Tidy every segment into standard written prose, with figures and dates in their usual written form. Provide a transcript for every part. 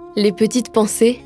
Les petites pensées.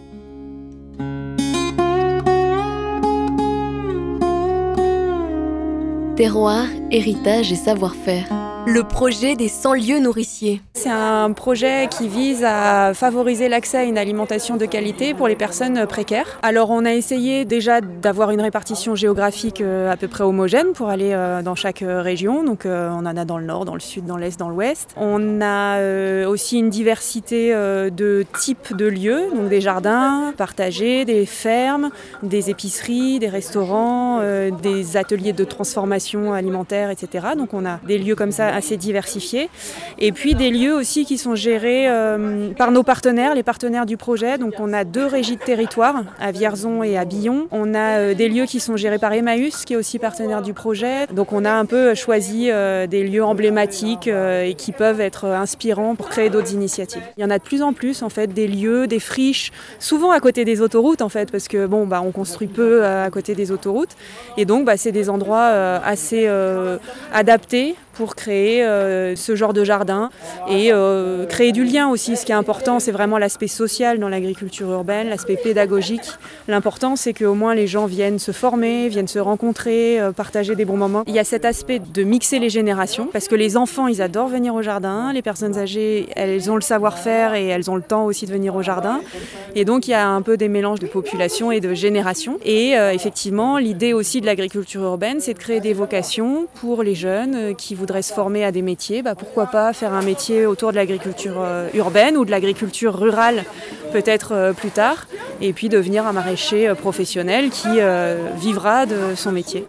Terroir, héritage et savoir-faire. Le projet des 100 lieux nourriciers. C'est un projet qui vise à favoriser l'accès à une alimentation de qualité pour les personnes précaires. Alors on a essayé déjà d'avoir une répartition géographique à peu près homogène pour aller dans chaque région. Donc on en a dans le nord, dans le sud, dans l'est, dans l'ouest. On a aussi une diversité de types de lieux, donc des jardins partagés, des fermes, des épiceries, des restaurants, des ateliers de transformation alimentaire, etc. Donc on a des lieux comme ça assez diversifiés. Et puis des lieux aussi qui sont gérés par nos partenaires, les partenaires du projet. Donc on a 2 régies de territoire, à Vierzon et à Billon. On a des lieux qui sont gérés par Emmaüs, qui est aussi partenaire du projet. Donc on a un peu choisi des lieux emblématiques et qui peuvent être inspirants pour créer d'autres initiatives. Il y en a de plus en plus en fait, des lieux, des friches, souvent à côté des autoroutes en fait, parce que on construit peu à côté des autoroutes. Et donc c'est des endroits assez adaptés pour créer ce genre de jardin et créer du lien aussi. Ce qui est important, c'est vraiment l'aspect social dans l'agriculture urbaine, l'aspect pédagogique. L'important, c'est qu'au moins les gens viennent se former, viennent se rencontrer, partager des bons moments. Il y a cet aspect de mixer les générations, parce que les enfants, ils adorent venir au jardin. Les personnes âgées, elles ont le savoir-faire et elles ont le temps aussi de venir au jardin. Et donc, il y a un peu des mélanges de population et de génération. Et effectivement, l'idée aussi de l'agriculture urbaine, c'est de créer des vocations pour les jeunes qui voudraient se former à des métiers. Pourquoi pas faire un métier autour de l'agriculture urbaine ou de l'agriculture rurale peut-être plus tard, et puis devenir un maraîcher professionnel qui vivra de son métier.